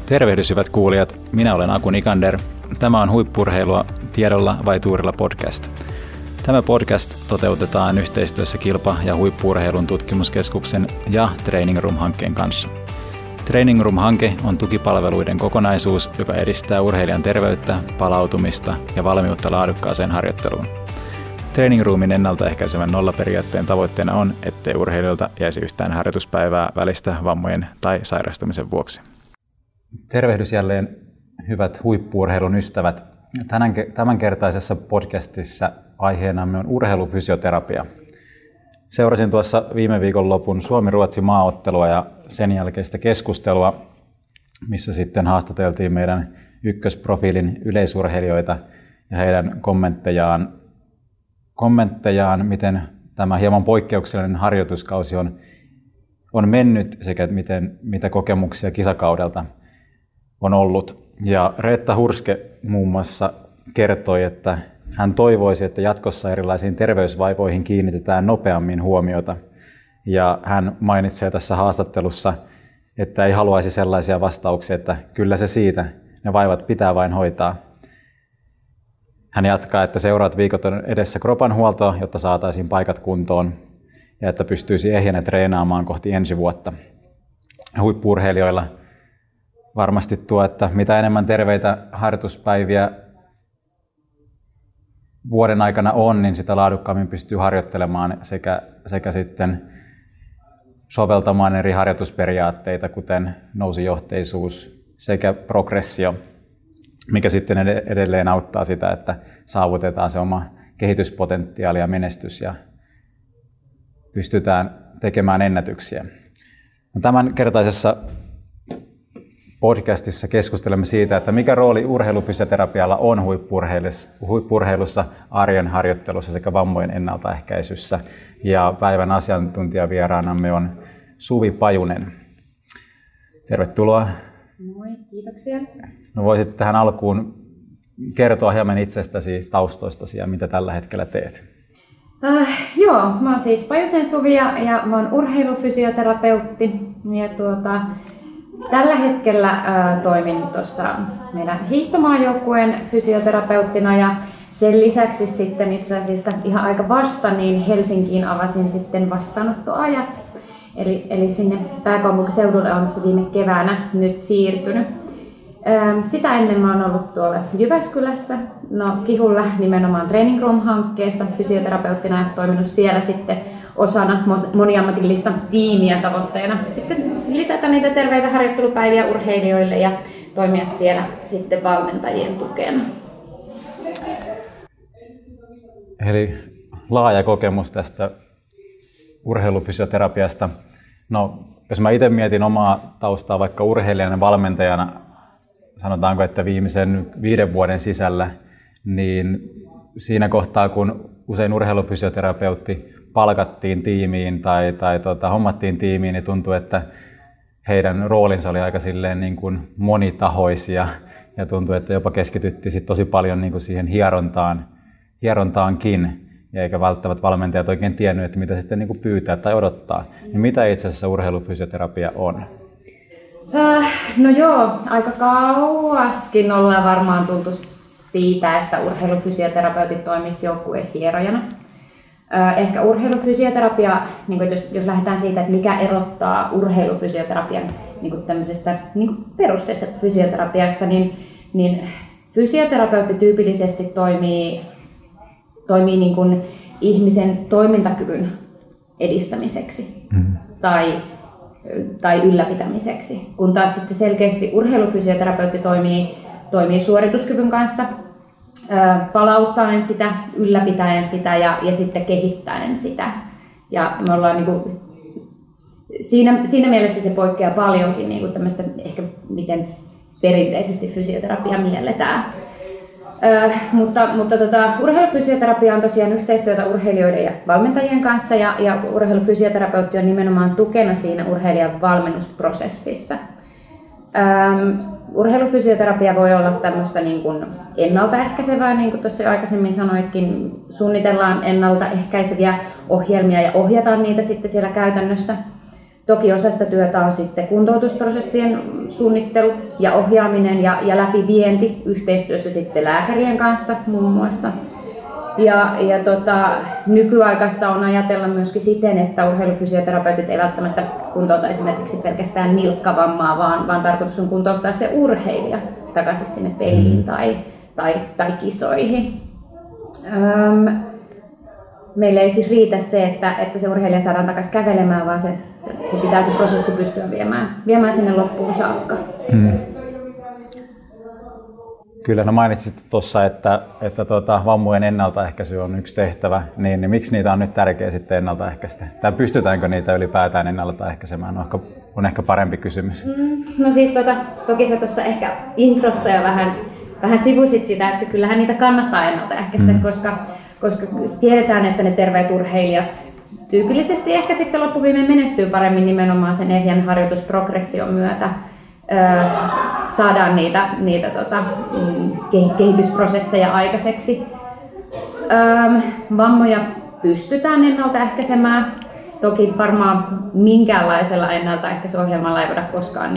Tervehdys hyvät kuulijat, minä olen Aku Nikander. Tämä on Huippu-urheilua tiedolla vai tuurilla podcast. Tämä podcast toteutetaan yhteistyössä Kilpa- ja Huippu-urheilun tutkimuskeskuksen ja Training Room-hankkeen kanssa. Training Room-hanke on tukipalveluiden kokonaisuus, joka edistää urheilijan terveyttä, palautumista ja valmiutta laadukkaaseen harjoitteluun. Training Roomin ennaltaehkäisevän nollaperiaatteen tavoitteena on, ettei urheilijoilta jäisi yhtään harjoituspäivää välistä vammojen tai sairastumisen vuoksi. Tervehdys jälleen hyvät huippu-urheilun ystävät. Tämänkertaisessa podcastissa aiheenamme on urheilufysioterapia. Seurasin tuossa viime viikonlopun Suomi-Ruotsi maaottelua ja sen jälkeistä keskustelua, missä sitten haastateltiin meidän ykkösprofiilin yleisurheilijoita ja heidän kommenttejaan, miten tämä hieman poikkeuksellinen harjoituskausi on mennyt sekä mitä kokemuksia kisakaudelta on ollut. Ja Reetta Hurske muun muassa kertoi, että hän toivoisi, että jatkossa erilaisiin terveysvaivoihin kiinnitetään nopeammin huomiota. Ja hän mainitsee tässä haastattelussa, että ei haluaisi sellaisia vastauksia, että kyllä se siitä, ne vaivat pitää vain hoitaa. Hän jatkaa, että seuraavat viikot on edessä kropanhuoltoa, jotta saataisiin paikat kuntoon ja että pystyisi ehjänä treenaamaan kohti ensi vuotta. Huippu-urheilijoilla varmasti tuo, että mitä enemmän terveitä harjoituspäiviä vuoden aikana on, niin sitä laadukkaammin pystyy harjoittelemaan sekä sitten soveltamaan eri harjoitusperiaatteita, kuten nousujohteisuus sekä progressio, mikä sitten edelleen auttaa sitä, että saavutetaan se oma kehityspotentiaali ja menestys ja pystytään tekemään ennätyksiä. Tämänkertaisessa podcastissa keskustelemme siitä, että mikä rooli urheilufysioterapialla on huippu-urheilussa, arjen harjoittelussa sekä vammojen ennaltaehkäisyssä. Ja päivän asiantuntijavieraanamme on Suvi Pajunen. Tervetuloa. Moi, kiitoksia. No voisit tähän alkuun kertoa hieman itsestäsi, taustoistasi ja mitä tällä hetkellä teet? Joo, mä oon siis Pajusen Suvi ja mä oon urheilufysioterapeutti. Ja tällä hetkellä toimin tuossa meidän hiihtomaajoukkueen fysioterapeuttina ja sen lisäksi sitten itse asiassa ihan aika vasta niin Helsinkiin avasin sitten vastaanottoajat. Eli sinne pääkaupunkiseudulle on se viime keväänä nyt siirtynyt. Sitä ennen mä oon ollut tuolla Jyväskylässä, Kihulla nimenomaan Training Room-hankkeessa fysioterapeuttina ja toiminut siellä sitten osana moniammatillista tiimiä tavoitteena sitten lisätä niitä terveitä harjoittelupäiviä urheilijoille ja toimia siellä sitten valmentajien tukena. Eli laaja kokemus tästä urheilufysioterapiasta. No, jos mä itse mietin omaa taustaa vaikka urheilijana ja valmentajana, sanotaanko, että viimeisen 5 vuoden sisällä, niin siinä kohtaa, kun usein urheilufysioterapeutti palkattiin tiimiin tai hommattiin tiimiin, niin tuntui, että heidän roolinsa oli aika silleen niin kuin monitahoisia ja tuntui, että jopa keskityttiin sit tosi paljon niin kuin siihen hierontaankin. Ja eikä välttämättä valmentajat oikein tiennyt, että mitä sitten niin kuin pyytää tai odottaa. Niin mitä itse asiassa urheilufysioterapia on? No joo, aika kauaskin ollaan varmaan tultu siitä, että urheilufysioterapeutit toimisi joukkueen hierojana. Ehkä urheilufysioterapia, niin jos lähdetään siitä, että mikä erottaa urheilufysioterapian niin tämmöisestä niin perusteisesta fysioterapiasta, niin fysioterapeutti tyypillisesti toimii niin kuin ihmisen toimintakyvyn edistämiseksi tai ylläpitämiseksi, kun taas sitten selkeästi urheilufysioterapeutti toimii suorituskyvyn kanssa, palauttaen sitä, ylläpitäen sitä ja sitten kehittäen sitä. Ja me ollaan niin kuin, siinä mielessä se poikkeaa paljonkin niin kuin tämmöistä ehkä miten perinteisesti fysioterapia mielletään. Mutta urheilufysioterapia on tosiaan yhteistyötä urheilijoiden ja valmentajien kanssa ja urheilufysioterapeutti on nimenomaan tukena siinä urheilijan valmennusprosessissa. Urheilufysioterapia voi olla tämmöistä niin kuin ennaltaehkäisevää, niin kuin tuossa jo aikaisemmin sanoitkin, suunnitellaan ennaltaehkäiseviä ohjelmia ja ohjataan niitä sitten siellä käytännössä. Toki osa sitä työtä on sitten kuntoutusprosessien suunnittelu ja ohjaaminen ja läpivienti yhteistyössä sitten lääkärien kanssa muun muassa. Nykyaikaista on ajatella myöskin siten, että urheilufysioterapeutit ei välttämättä kuntouta esimerkiksi pelkästään nilkkavammaa, vaan tarkoitus on kuntouttaa se urheilija takaisin sinne peliin tai kisoihin. Meillä ei siis riitä se, että se urheilija saadaan takaisin kävelemään, vaan se pitää se prosessi pystyä viemään sinne loppuun saakka. Kyllä, no mainitsit tuossa, että vammojen ennaltaehkäisy on yksi tehtävä, niin miksi niitä on nyt tärkeää sitten ennaltaehkäistä? Tai pystytäänkö niitä ylipäätään ennaltaehkäisemään? On ehkä parempi kysymys. No siis toki sä tuossa ehkä introssa jo vähän sivusit sitä, että kyllähän niitä kannattaa ennaltaehkäistä, koska tiedetään, että ne terveet urheilijat tyypillisesti ehkä sitten loppuviimein menestyy paremmin nimenomaan sen ehjän harjoitusprogression myötä. Saadaan niitä kehitysprosesseja aikaiseksi. Vammoja pystytään ennaltaehkäisemään. Toki varmaan minkäänlaisella ennaltaehkäisyohjelmalla ei voida koskaan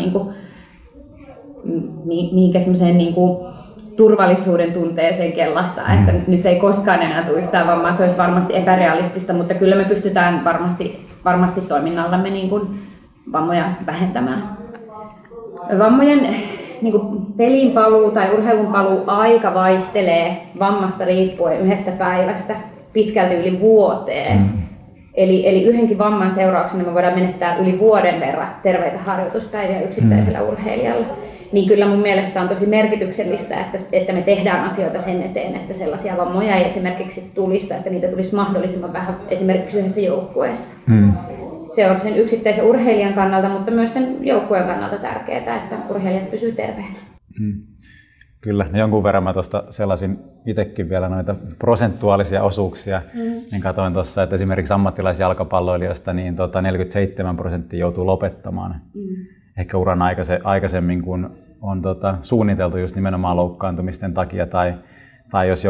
mihinkä semmoiseen turvallisuuden tunteeseen kellahtaa, että nyt ei koskaan enää tule yhtään vammaa. Se olisi varmasti epärealistista, mutta kyllä me pystytään varmasti toiminnallamme vammoja vähentämään. Vammojen peliin paluu tai urheilun paluu aika vaihtelee vammasta riippuen yhdestä päivästä pitkälti yli vuoteen. Eli yhdenkin vamman seurauksena me voidaan menettää yli vuoden verran terveitä harjoituspäiviä yksittäisellä urheilijalla. Niin kyllä mun mielestä on tosi merkityksellistä, että me tehdään asioita sen eteen, että sellaisia vammoja ei esimerkiksi tulisi, että niitä tulisi mahdollisimman vähän esimerkiksi yhdessä joukkueessa. Se on sen yksittäisen urheilijan kannalta, mutta myös sen joukkueen kannalta tärkeää, että urheilijat pysyvät terveenä. Kyllä, jonkun verran mä tuosta sellaisin itsekin vielä noita prosentuaalisia osuuksia, niin katsoin tuossa, että esimerkiksi ammattilaisjalkapalloilijoista niin 47% joutuu lopettamaan. Ehkä uran aikaisemmin, kun on suunniteltu just nimenomaan loukkaantumisten takia, tai jos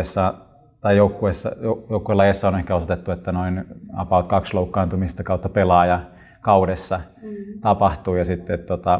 joukkueen lajeissa on ehkä osoitettu, että noin about 2 loukkaantumista kautta pelaaja kaudessa tapahtuu, ja sitten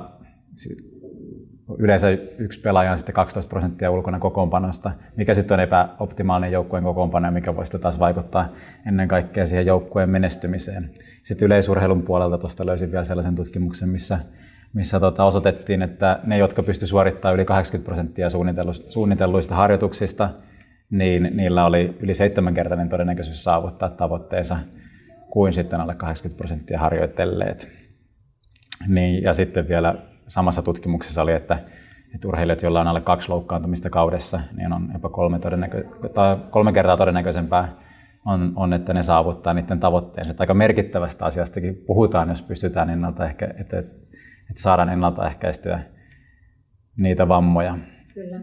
yleensä yksi pelaaja on sitten 12% ulkona kokoonpanosta, mikä sitten on epäoptimaalinen joukkueen kokoonpano, mikä voisi taas vaikuttaa ennen kaikkea siihen joukkueen menestymiseen. Sitten yleisurheilun puolelta tuosta löysin vielä sellaisen tutkimuksen, missä osoitettiin, että ne, jotka pystyivät suorittamaan yli 80% suunnitelluista harjoituksista, niin niillä oli yli 7-kertainen todennäköisyys saavuttaa tavoitteensa kuin sitten alle 80% harjoitelleet. Niin, ja sitten vielä samassa tutkimuksessa oli, että urheilijat, joilla on alle 2 loukkaantumista kaudessa, niin on jopa 3 kertaa todennäköisempää on, että ne saavuttaa niiden tavoitteensa. Aika merkittävästä asiastakin puhutaan, jos pystytään että saadaan ennaltaehkäistyä niitä vammoja. Kyllä.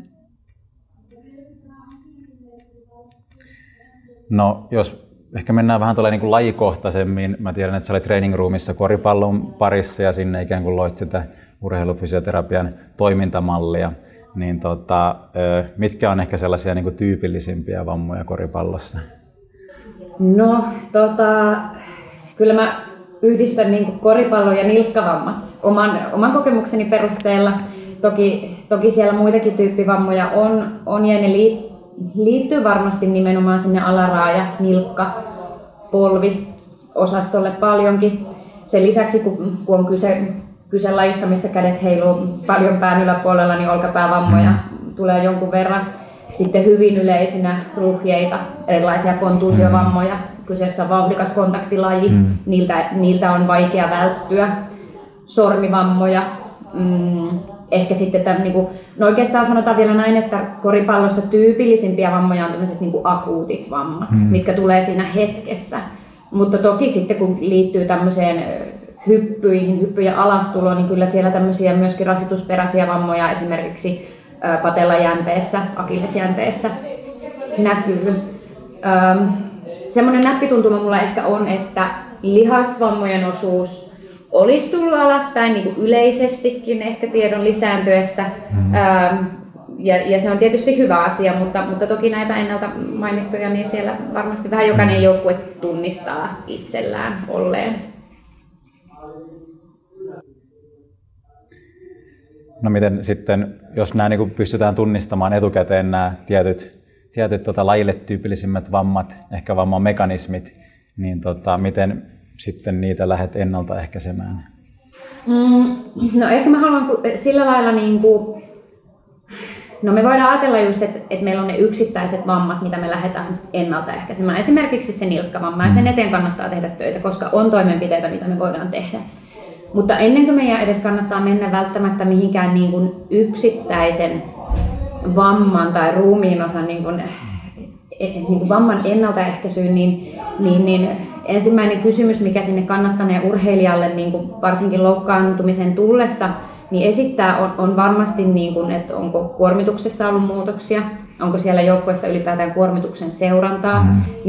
No, jos ehkä mennään vähän niin lajikohtaisemmin. Mä tiedän, että sä olit training roomissa koripallon parissa ja sinne ikään kuin loit sitä urheilufysioterapian toimintamallia. Niin mitkä on ehkä sellaisia tyypillisimpiä vammoja koripallossa? No, kyllä mä yhdistän koripallon ja nilkkavammat oman kokemukseni perusteella. Toki siellä muitakin tyyppivammoja on ja ne liittyy varmasti nimenomaan sinne alaraaja, nilkka, polvi osastolle paljonkin. Sen lisäksi kun on kyse lajista, missä kädet heiluu paljon pään yläpuolella, niin olkapäävammoja tulee jonkun verran. Sitten hyvin yleisinä ruhjeita, erilaisia kontuusiovammoja. Kyseessä on vauhdikas kontaktilaji, niiltä on vaikea välttyä. Sormivammoja. Ehkä sitten no oikeastaan sanotaan vielä näin, että koripallossa tyypillisimpiä vammoja on tämmöiset akuutit vammat, mitkä tulee siinä hetkessä. Mutta toki sitten kun liittyy tämmöiseen hyppyjen alastuloon, niin kyllä siellä tämmöisiä myöskin rasitusperäisiä vammoja esimerkiksi patellajänteessä, akillesjänteessä näkyy. Semmoinen näppituntuma mulla ehkä on, että lihasvammojen osuus olisi tullut alaspäin yleisestikin ehkä tiedon lisääntyessä. Ja se on tietysti hyvä asia, mutta toki näitä ennalta mainittuja, niin siellä varmasti vähän jokainen joukkue tunnistaa itsellään olleen. No miten sitten, jos nämä niin pystytään tunnistamaan etukäteen nämä tietyt lajille tyypillisimmät vammat, ehkä vamman mekanismit, niin miten sitten niitä lähdet ennaltaehkäisemään? No ehkä mä haluan sillä lailla, no me voidaan ajatella just, että meillä on ne yksittäiset vammat, mitä me lähdetään ennaltaehkäisemään. Esimerkiksi se nilkkavamma, ja sen eteen kannattaa tehdä töitä, koska on toimenpiteitä, mitä me voidaan tehdä. Mutta ennen kuin meidän edes kannattaa mennä välttämättä mihinkään yksittäisen vamman tai ruumiinosan vamman ennaltaehkäisyyn, niin ensimmäinen kysymys, mikä sinne kannattaneen urheilijalle varsinkin loukkaantumisen tullessa, niin esittää on varmasti, että onko kuormituksessa ollut muutoksia, onko siellä joukkueessa ylipäätään kuormituksen seurantaa,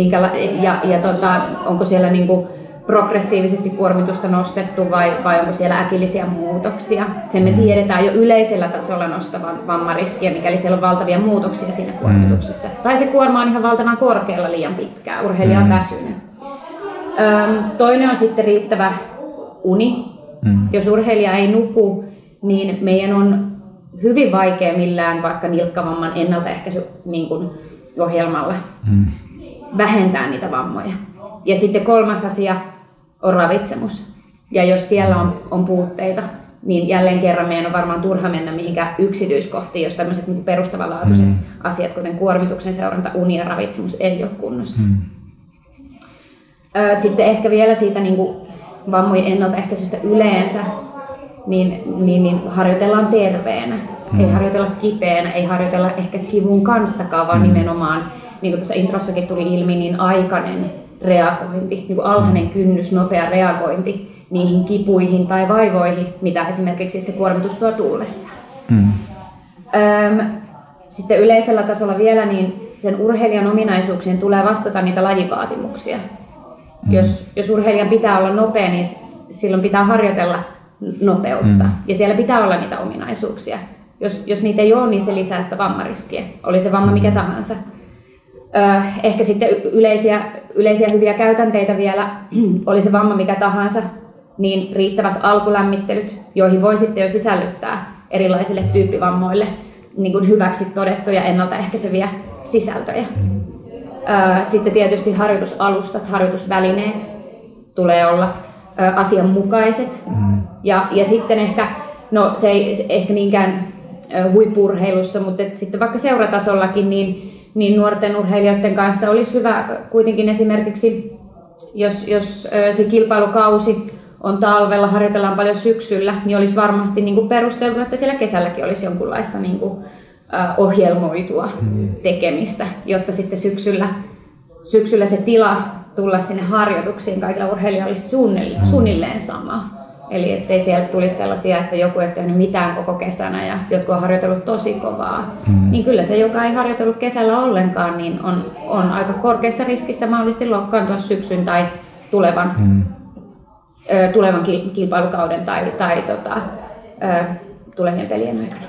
onko siellä progressiivisesti kuormitusta nostettu vai onko siellä äkillisiä muutoksia. Sen me tiedetään jo yleisellä tasolla nostavan vammariskiä, mikäli siellä on valtavia muutoksia siinä kuormituksessa. Tai se kuorma on ihan valtavan korkealla liian pitkään, urheilija on väsynyt. Toinen on sitten riittävä uni. Jos urheilija ei nuku, niin meidän on hyvin vaikea millään vaikka nilkkavamman ennaltaehkäisyohjelmalla vähentää niitä vammoja. Ja sitten kolmas asia on ravitsemus. Ja jos siellä on puutteita, niin jälleen kerran meidän on varmaan turha mennä mihinkään yksityiskohtiin, jos tämmöiset perustavanlaatuiset asiat, kuten kuormituksen seuranta, uni ja ravitsemus, ei ole kunnossa. Sitten ehkä vielä siitä vammojen ennaltaehkäisystä yleensä, niin harjoitellaan terveenä. Ei harjoitella kipeänä, ei harjoitella ehkä kivun kanssakaan, vaan nimenomaan, niin kuin tuossa introssakin tuli ilmi, niin aikainen reagointi, alhainen kynnys, nopea reagointi niihin kipuihin tai vaivoihin, mitä esimerkiksi se kuormitus tuo tullessaan. Sitten yleisellä tasolla vielä, niin sen urheilijan ominaisuuksien tulee vastata niitä lajivaatimuksia. Jos urheilijan pitää olla nopea, niin silloin pitää harjoitella nopeutta. Ja siellä pitää olla niitä ominaisuuksia. Jos niitä ei ole, niin se lisää sitä vammariskiä. Oli se vamma mikä tahansa. Ehkä sitten yleisiä hyviä käytänteitä vielä, oli se vamma mikä tahansa, niin riittävät alkulämmittelyt, joihin voi sitten jo sisällyttää erilaisille tyyppivammoille hyväksi todettuja ennaltaehkäiseviä sisältöjä. Sitten tietysti harjoitusalustat, harjoitusvälineet tulee olla asianmukaiset. Ja sitten ehkä, no se ei ehkä niinkään huippu-urheilussa, mutta sitten vaikka seuratasollakin, niin nuorten urheilijoiden kanssa olisi hyvä kuitenkin esimerkiksi, jos se kilpailukausi on talvella, harjoitellaan paljon syksyllä, niin olisi varmasti perusteltu, että siellä kesälläkin olisi jonkunlaista ohjelmoitua tekemistä, jotta sitten syksyllä se tila tulla sinne harjoituksiin kaikilla urheilijoilla olisi suunnilleen sama. Eli ettei sieltä tulisi sellaisia, että joku ei ole tehnyt mitään koko kesänä ja jotkut on harjoitellut tosi kovaa. Niin kyllä se, joka ei harjoitellut kesällä ollenkaan, niin on aika korkeassa riskissä mahdollisesti loukkaantua syksyn tai tulevan kilpailukauden tai tulevien pelien aikana.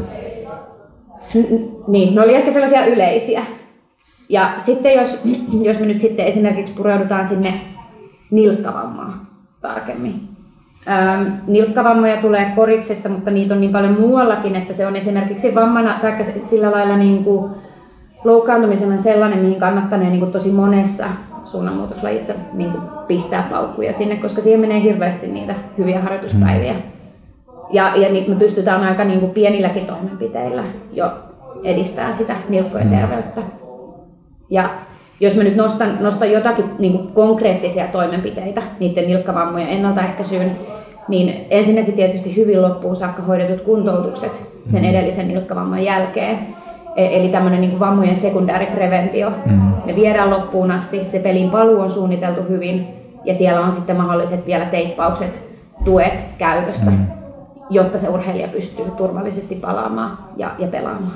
Niin, ne oli ehkä sellaisia yleisiä. Ja sitten jos me nyt sitten esimerkiksi pureudutaan sinne nilkkavammaan tarkemmin. Nilkkavammoja tulee koriksessa, mutta niitä on niin paljon muuallakin, että se on esimerkiksi vammana tai sillä lailla loukkaantumisena sellainen, mihin kannattanee tosi monessa suunnanmuutoslajissa pistää paukkuja sinne, koska siihen menee hirveästi niitä hyviä harjoituspäiviä. Ja me pystytään aika pienilläkin toimenpiteillä jo edistää sitä nilkkojen terveyttä. Ja jos mä nyt nostan jotakin konkreettisia toimenpiteitä niiden nilkkavammojen ennaltaehkäisyyn, niin ensinnäkin tietysti hyvin loppuun saakka hoidetut kuntoutukset sen edellisen nilkkavamman jälkeen. Eli tämmöinen vammojen sekundääripreventio. Ne viedään loppuun asti, se pelin paluu on suunniteltu hyvin ja siellä on sitten mahdolliset vielä teippaukset, tuet käytössä, jotta se urheilija pystyy turvallisesti palaamaan ja pelaamaan.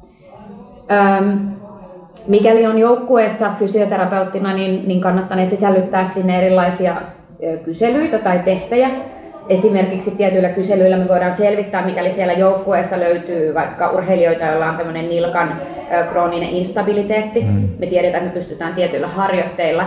Mikäli on joukkueessa fysioterapeuttina, niin kannattaa sisällyttää sinne erilaisia kyselyitä tai testejä. Esimerkiksi tietyillä kyselyillä me voidaan selvittää, mikäli siellä joukkueesta löytyy vaikka urheilijoita, joilla on tämmöinen nilkan krooninen instabiliteetti. Me tiedetään, että me pystytään tietyillä harjoitteilla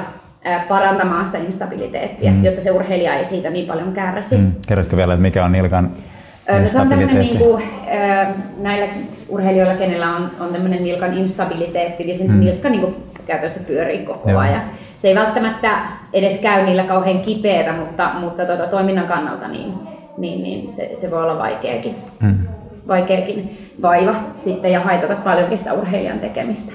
parantamaan sitä instabiliteettia, jotta se urheilija ei siitä niin paljon kärsi. Kerrotko vielä, että mikä on nilkan No, se on tämmöinen, niin kuin, näillä urheilijoilla, kenellä on tämmöinen nilkan instabiliteetti, niin se nilkka niin kuin, käytännössä pyörii koko ajan. Se ei välttämättä edes käy niillä kauhean kipeätä, mutta toiminnan kannalta niin se voi olla vaikeakin vaiva sitten ja haitata paljonkin sitä urheilijan tekemistä.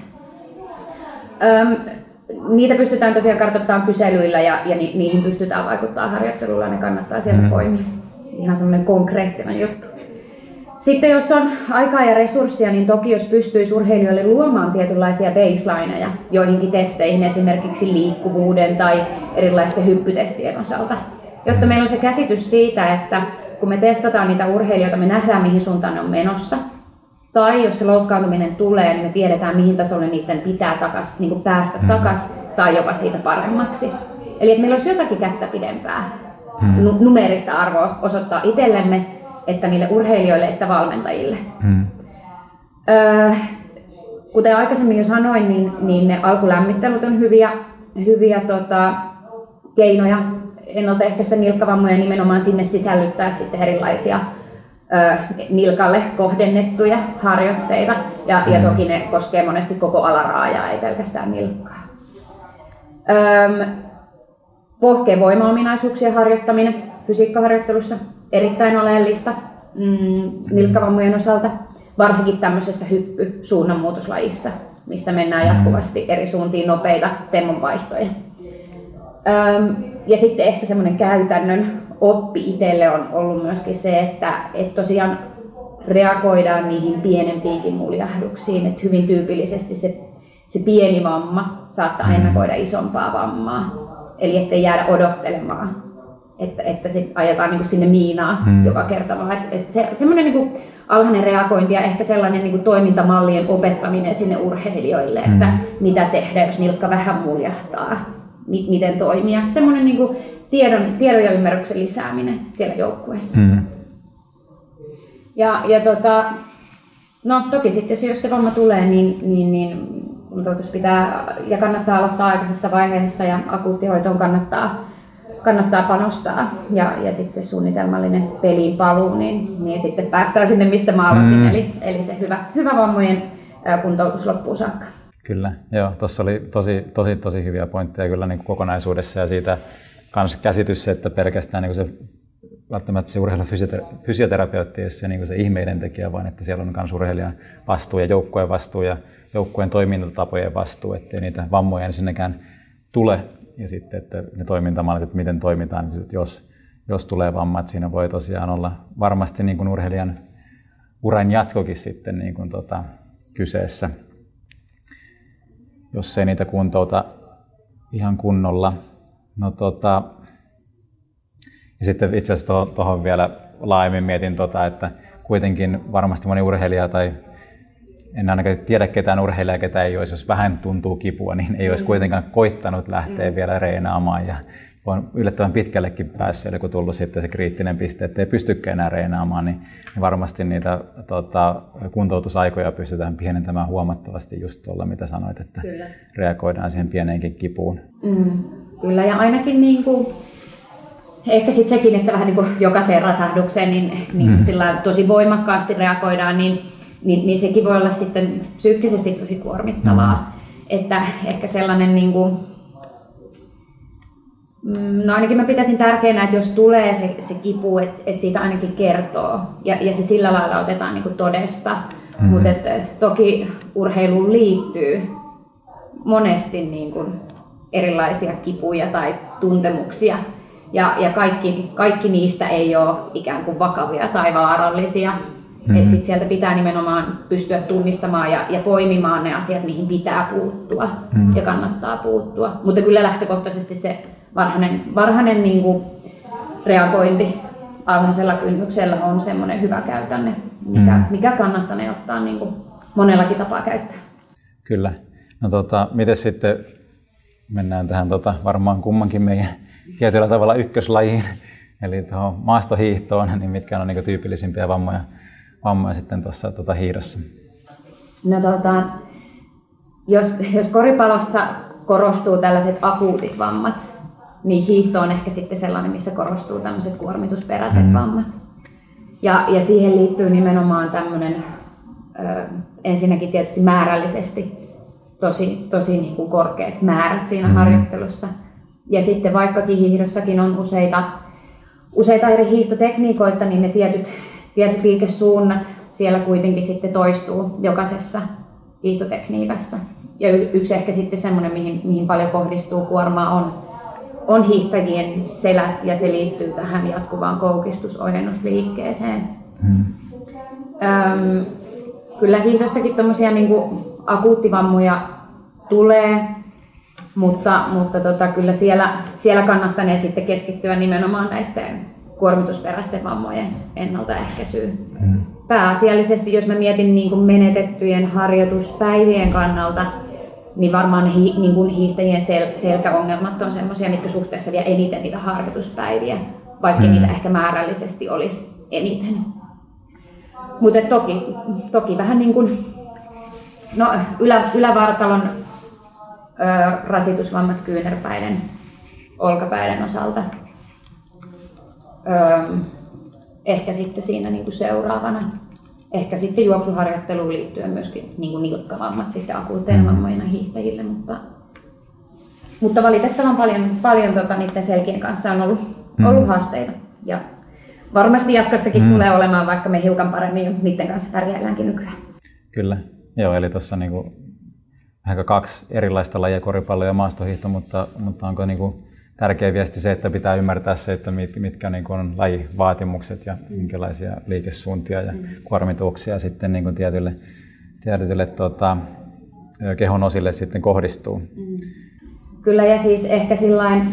Niitä pystytään tosiaan kartoittamaan kyselyillä ja niihin pystytään vaikuttamaan harjoittelulla, ne kannattaa sieltä poimia. Ihan semmoinen konkreettinen juttu. Sitten jos on aikaa ja resursseja, niin toki jos pystyisi urheilijoille luomaan tietynlaisia baselineja joihinkin testeihin, esimerkiksi liikkuvuuden tai erilaisten hyppytestien osalta, jotta meillä on se käsitys siitä, että kun me testataan niitä urheilijoita, me nähdään mihin suuntaan ne on menossa, tai jos se loukkaantuminen tulee, niin me tiedetään mihin tasolle niiden pitää niin päästä takaisin tai jopa siitä paremmaksi. Eli että meillä olisi jotakin kättä pidempää numeerista arvoa osoittaa itsellemme, että niille urheilijoille että valmentajille. Kuten aikaisemmin jo sanoin, niin ne alkulämmittelyt on hyviä keinoja ennaltaehkäistä nilkkavammoja, nimenomaan sinne sisällyttää sitten erilaisia nilkalle kohdennettuja harjoitteita. Ja toki ne koskee monesti koko alaraajaa, ei pelkästään nilkkaa. Pohkeen voimaominaisuuksien harjoittaminen fysiikkaharjoittelussa erittäin oleellista nilkkavammojen osalta, varsinkin tämmöisessä hyppy-suunnanmuutoslajissa, missä mennään jatkuvasti eri suuntiin nopeita temmonvaihtoja. Ja sitten ehkä semmoinen käytännön oppi itselle on ollut myöskin se, että tosiaan reagoidaan niihin pienempiinkin muljahduksiin, että hyvin tyypillisesti se pieni vamma saattaa ennakoida isompaa vammaa, eli ettei jäädä odottelemaan, että se ajetaan niin kuin sinne miinaan joka kerta, vaan semmoinen niin kuin alhainen reagointi ja ehkä sellainen niin kuin toimintamallien opettaminen sinne urheilijoille, että mitä tehdä, jos nilkka vähän muljahtaa, miten toimia. Semmoinen niin kuin tiedon ja ymmärryksen lisääminen siellä joukkueessa. No toki sitten, jos se vamma tulee, niin kuntoutus pitää ja kannattaa aloittaa aikaisessa vaiheessa ja akuuttihoitoon kannattaa panostaa ja sitten suunnitelmallinen peliin paluu, niin sitten päästään sinne, mistä mä aloitin, eli se hyvä vammojen kuntoutus loppuun saakka. Kyllä, joo, tuossa oli tosi hyviä pointteja kyllä niin kuin kokonaisuudessa ja siitä kans käsitys, että pelkästään niin kuin se välttämättä se urheilufysioterapeutti ei ole se ihmeiden tekijä, vaan että siellä on myös urheilijan vastuu ja joukkueen vastuu ja joukkueen toimintatapojen vastuu, ettei niitä vammoja ensinnäkään tule. Ja sitten, että ne toimintamallit, että miten toimitaan, niin jos tulee vamma, että siinä voi tosiaan olla varmasti niin kuin urheilijan uran jatkokin sitten niin kuin kyseessä, jos ei niitä kuntouta ihan kunnolla. No, ja sitten itse asiassa tuohon vielä laajemmin mietin, että kuitenkin varmasti moni urheilija tai en ainakaan tiedä ketään urheilijaa, ketä ei olisi, jos vähän tuntuu kipua, niin ei olisi kuitenkaan koittanut lähteä vielä reenaamaan. Ja on yllättävän pitkällekin päässyt, eli kun tullut sitten se kriittinen piste, että ei pystykään enää reenaamaan, niin varmasti niitä kuntoutusaikoja pystytään pienentämään huomattavasti just tuolla, mitä sanoit, että kyllä reagoidaan siihen pieneenkin kipuun. Kyllä, ja ainakin niin kuin, ehkä sitten sekin, että vähän niin kuin jokaiseen rasahdukseen niin sillä tosi voimakkaasti reagoidaan, niin sekin voi olla sitten psyykkisesti tosi kuormittavaa. Että ehkä sellainen, niin kuin, no ainakin mä pitäisin tärkeänä, että jos tulee se kipu, että siitä ainakin kertoo ja se sillä lailla otetaan niin kuin todesta. Mutta toki urheiluun liittyy monesti niin kuin erilaisia kipuja tai tuntemuksia ja kaikki niistä ei ole ikään kuin vakavia tai vaarallisia. Et sit sieltä pitää nimenomaan pystyä tunnistamaan ja poimimaan ne asiat, mihin pitää puuttua ja kannattaa puuttua. Mutta kyllä lähtökohtaisesti se varhainen niin kuin reagointi alhaisella kynnyksellä on semmoinen hyvä käytänne, mikä kannattaa ottaa niin kuin monellakin tapaa käyttöön. Kyllä. No miten sitten mennään tähän varmaan kummankin meidän tietyllä tavalla ykköslajiin, eli tuohon maastohiihtoon, niin mitkä on niin kuin tyypillisimpiä vammoja sitten tuossa hiihdossa? No jos koripallossa korostuu tällaiset akuutit vammat, niin hiihto on ehkä sitten sellainen, missä korostuu tämmöiset kuormitusperäiset vammat. Ja siihen liittyy nimenomaan tämmöinen ensinnäkin tietysti määrällisesti tosi niin kuin korkeat määrät siinä harjoittelussa. Ja sitten vaikkakin hiihdossakin on useita eri hiihtotekniikoita, niin ne tietyt liikesuunnat siellä kuitenkin sitten toistuu jokaisessa hiihtotekniikassa. Ja yksi ehkä sitten semmoinen, mihin paljon kohdistuu kuormaa, on hiihtäjien selät, ja se liittyy tähän jatkuvaan koukistusojennusliikkeeseen. Kyllä hiihdossakin tommosia niinku akuuttivammoja tulee, mutta kyllä siellä kannattanee sitten keskittyä nimenomaan näiden kuormitusperäisten vammojen ennaltaehkäisyyn. Pääasiallisesti, jos mä mietin niin kuin menetettyjen harjoituspäivien kannalta, niin varmaan niin hiihtäjien selkäongelmat on sellaisia, mitkä suhteessa vie eniten niitä harjoituspäiviä, vaikka niitä ehkä määrällisesti olisi eniten. Mutta toki vähän niin kuin ylävartalon rasitusvammat kyynärpäiden, olkapäiden osalta. Ehkä sitten siinä niin kuin seuraavana. Ehkä sitten juoksuharjoitteluun liittyen myöskin niin nilkkavammat sitten akuutteina vammoina hiihtäjille, mutta valitettavan paljon niiden selkien kanssa on ollut haasteita. Ja varmasti jatkossakin tulee olemaan, vaikka me hiukan paremmin niiden kanssa pärjäilläänkin nykyään. Kyllä, joo, eli tuossa niinku ehkä kaksi erilaista lajia, koripallo ja maastohiihto, mutta onko niinku tärkeä viesti se, että pitää ymmärtää se, että mitkä niinku on lajivaatimukset ja minkälaisia liikesuuntia ja kuormituksia sitten niinku tietylle kehon osille sitten kohdistuu. Kyllä, ja siis ehkä sillain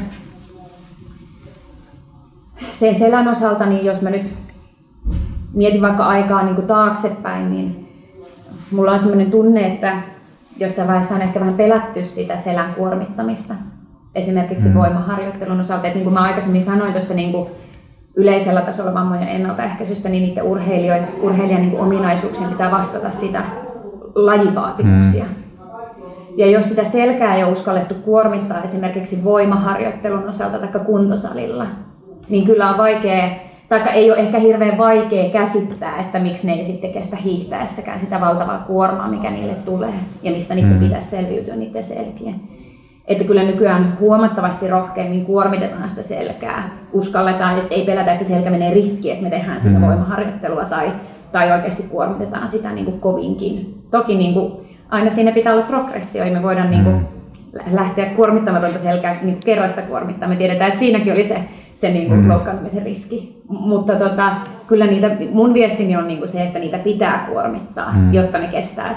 sen selän osalta, niin jos mä nyt mietin vaikka aikaa niin kuin taaksepäin, niin mulla on sellainen tunne, että jossain vaiheessa on ehkä vähän pelätty sitä selän kuormittamista. Esimerkiksi voimaharjoittelun osalta, että niin kuin mä aikaisemmin sanoin tuossa niin kuin yleisellä tasolla vammojen ennaltaehkäisystä, niin niiden urheilijan niin kuin ominaisuuksien pitää vastata sitä lajivaatimuksia. Ja jos sitä selkää ei ole uskallettu kuormittaa esimerkiksi voimaharjoittelun osalta tai kuntosalilla, niin kyllä on vaikea, tai ei ole ehkä hirveän vaikea käsittää, että miksi ne ei sitten kestä hiihtäessäkään sitä valtavaa kuormaa, mikä niille tulee ja mistä niiden pitäisi selviytyä niiden selkien. Että kyllä nykyään huomattavasti rohkeammin kuormitetaan sitä selkää. Uskalletaan, että ei pelätä, että se selkä menee rikki, että me tehdään sitä voimaharjoittelua tai oikeasti kuormitetaan sitä niin kuin kovinkin. Toki niin kuin, aina siinä pitää olla progressio, ja me voidaan niin kuin lähteä kuormittamatonta selkää niin kerrasta kuormittaa. Me tiedetään, että siinäkin oli se niin kuin loukkaantumisen riski. Mutta kyllä mun viestini on niin kuin se, että niitä pitää kuormittaa, jotta ne kestää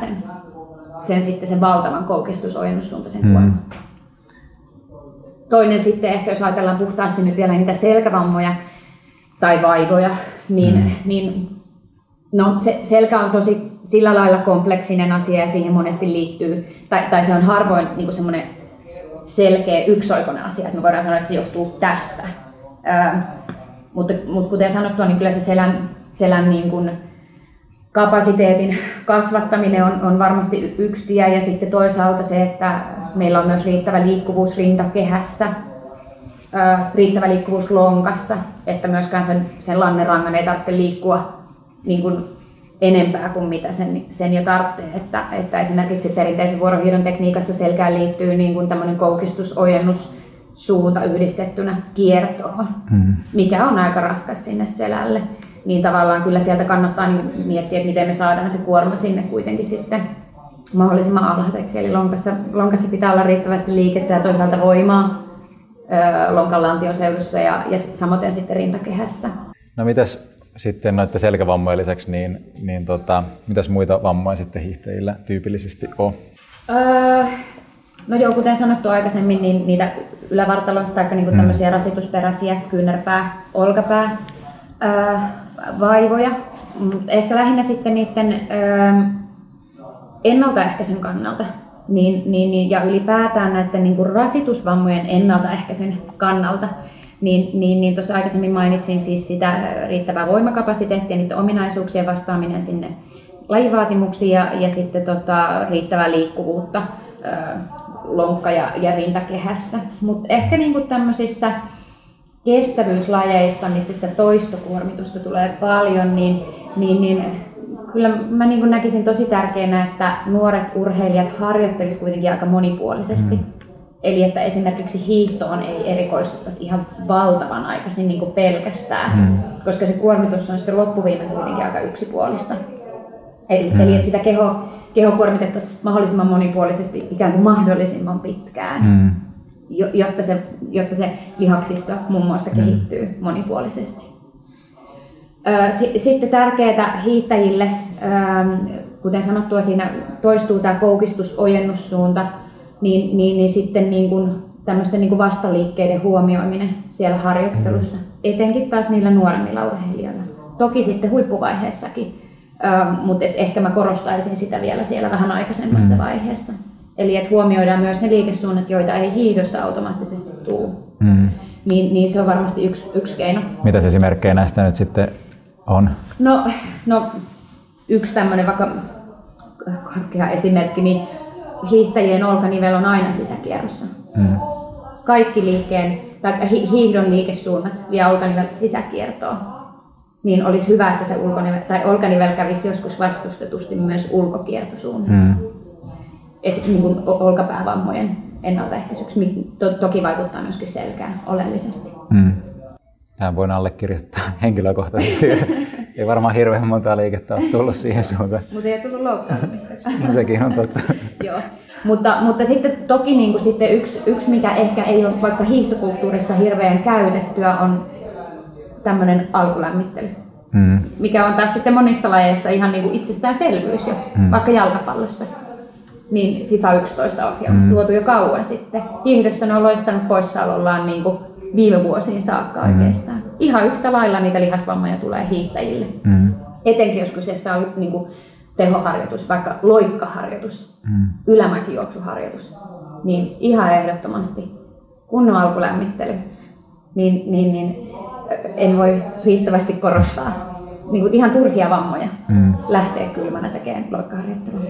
sen valtavan koukistusojennussuuntaisen kuorman. Toinen sitten ehkä, jos ajatellaan puhtaasti nyt vielä niitä selkävammoja tai vaivoja, niin se selkä on tosi sillä lailla kompleksinen asia ja siihen monesti liittyy, tai se on harvoin niin semmoinen selkeä yksioikoinen asia, että me voidaan sanoa, että se johtuu tästä. Mutta kuten sanottua, niin kyllä se selän niin kuin kapasiteetin kasvattaminen on varmasti yksi tie, ja sitten toisaalta se, että meillä on myös riittävä liikkuvuus rintakehässä, riittävä liikkuvuus lonkassa, että myöskään sen lannerangan ei tarvitse liikkua niin kuin enempää kuin mitä sen jo tarvitsee. Että esimerkiksi perinteisen vuorohiidon tekniikassa selkään liittyy niin kuin tämmöinen koukistusojennus suunta yhdistettynä kiertoon, mikä on aika raskas sinne selälle. Niin tavallaan kyllä sieltä kannattaa miettiä, että miten me saadaan se kuorma sinne kuitenkin sitten mahdollisimman alhaiseksi. Eli lonkassa pitää olla riittävästi liikettä ja toisaalta voimaa lonkan lantioseudussa ja samoin sitten rintakehässä. No mitäs sitten noiden selkävammojen lisäksi, mitäs muita vammoja sitten hiihtäjillä tyypillisesti on? No joo, kuten sanottu aikaisemmin, niin niitä ylävartalon tai niinku tämmöisiä rasitusperäisiä kyynärpää, olkapää, vaivoja. Ehkä lähinnä sitten niiden ennaltaehkäisyn kannalta ja ylipäätään näiden niinku rasitusvammojen ennaltaehkäisyn kannalta. Niin tuossa aikaisemmin mainitsin siis sitä riittävää voimakapasiteettia, niiden ominaisuuksien vastaaminen sinne lajivaatimuksiin ja sitten riittävää liikkuvuutta lonkka- ja rintakehässä. Mutta ehkä niinku tämmöisissä kestävyyslajeissa, missä sitä toistokuormitusta tulee paljon, niin kyllä mä niin näkisin tosi tärkeänä, että nuoret urheilijat harjoittelisivat kuitenkin aika monipuolisesti. Eli että esimerkiksi hiihtoon ei erikoistuttaisi ihan valtavan aikaisin niin kuin pelkästään, koska se kuormitus on sitten loppuviimein kuitenkin aika yksipuolista. Eli että sitä keho kuormitettaisiin mahdollisimman monipuolisesti ikään kuin mahdollisimman pitkään, jotta se lihaksisto muun muassa kehittyy monipuolisesti. Sitten tärkeää hiihtäjille, kuten sanottua, siinä toistuu tämä koukistusojennussuunta, niin sitten niin kuin tämmöisten niin kuin vastaliikkeiden huomioiminen siellä harjoittelussa, etenkin taas niillä nuoremmilla urheilijoilla. Toki sitten huippuvaiheessakin, mutta ehkä mä korostaisin sitä vielä siellä vähän aikaisemmassa vaiheessa. Eli että huomioidaan myös ne liikesuunnat, joita ei hiihdossa automaattisesti tule. Niin se on varmasti yksi keino. Mitä esimerkkejä näistä nyt sitten on? No yksi tämmöinen vaikka korkea esimerkki, niin hiihtäjien olkanivel on aina sisäkierrossa. Kaikki hiihdon liikesuunnat vie olkaniveltä sisäkiertoon. Niin olisi hyvä, että se olkanivel kävisi joskus vastustetusti myös ulkokiertosuunnassa. Niin kuin olkapäävammojen ennaltaehkäisyksi. Toki vaikuttaa myöskin selkään oleellisesti. Tähän voin allekirjoittaa henkilökohtaisesti. Ei varmaan hirveän montaa liikettä ole tullut siihen suuntaan. Mutta ei ole tullut loukkaantumista. No sekin on totta. Joo. Mutta sitten toki niin kuin sitten yksi, mikä ehkä ei ole vaikka hiihtokulttuurissa hirveän käytettyä, on tämmöinen alkulämmittely. Mikä on taas sitten monissa lajeissa ihan niin kuin itsestäänselvyys jo, vaikka jalkapallossa. Niin FIFA 11 ohjelma luotu jo kauan sitten. Hiihdossa ne on loistanut poissaolollaan niin kuin viime vuosiin saakka oikeastaan. Ihan yhtä lailla niitä lihasvammoja tulee hiihtäjille. Etenkin jos kyseessä on niin kuin tehoharjoitus, vaikka loikkaharjoitus, ylämäkijuoksuharjoitus, niin ihan ehdottomasti kunnon alkulämmittely. Niin en voi riittävästi korostaa niin kuin ihan turhia vammoja lähteä kylmänä tekemään loikkaharjoittelua.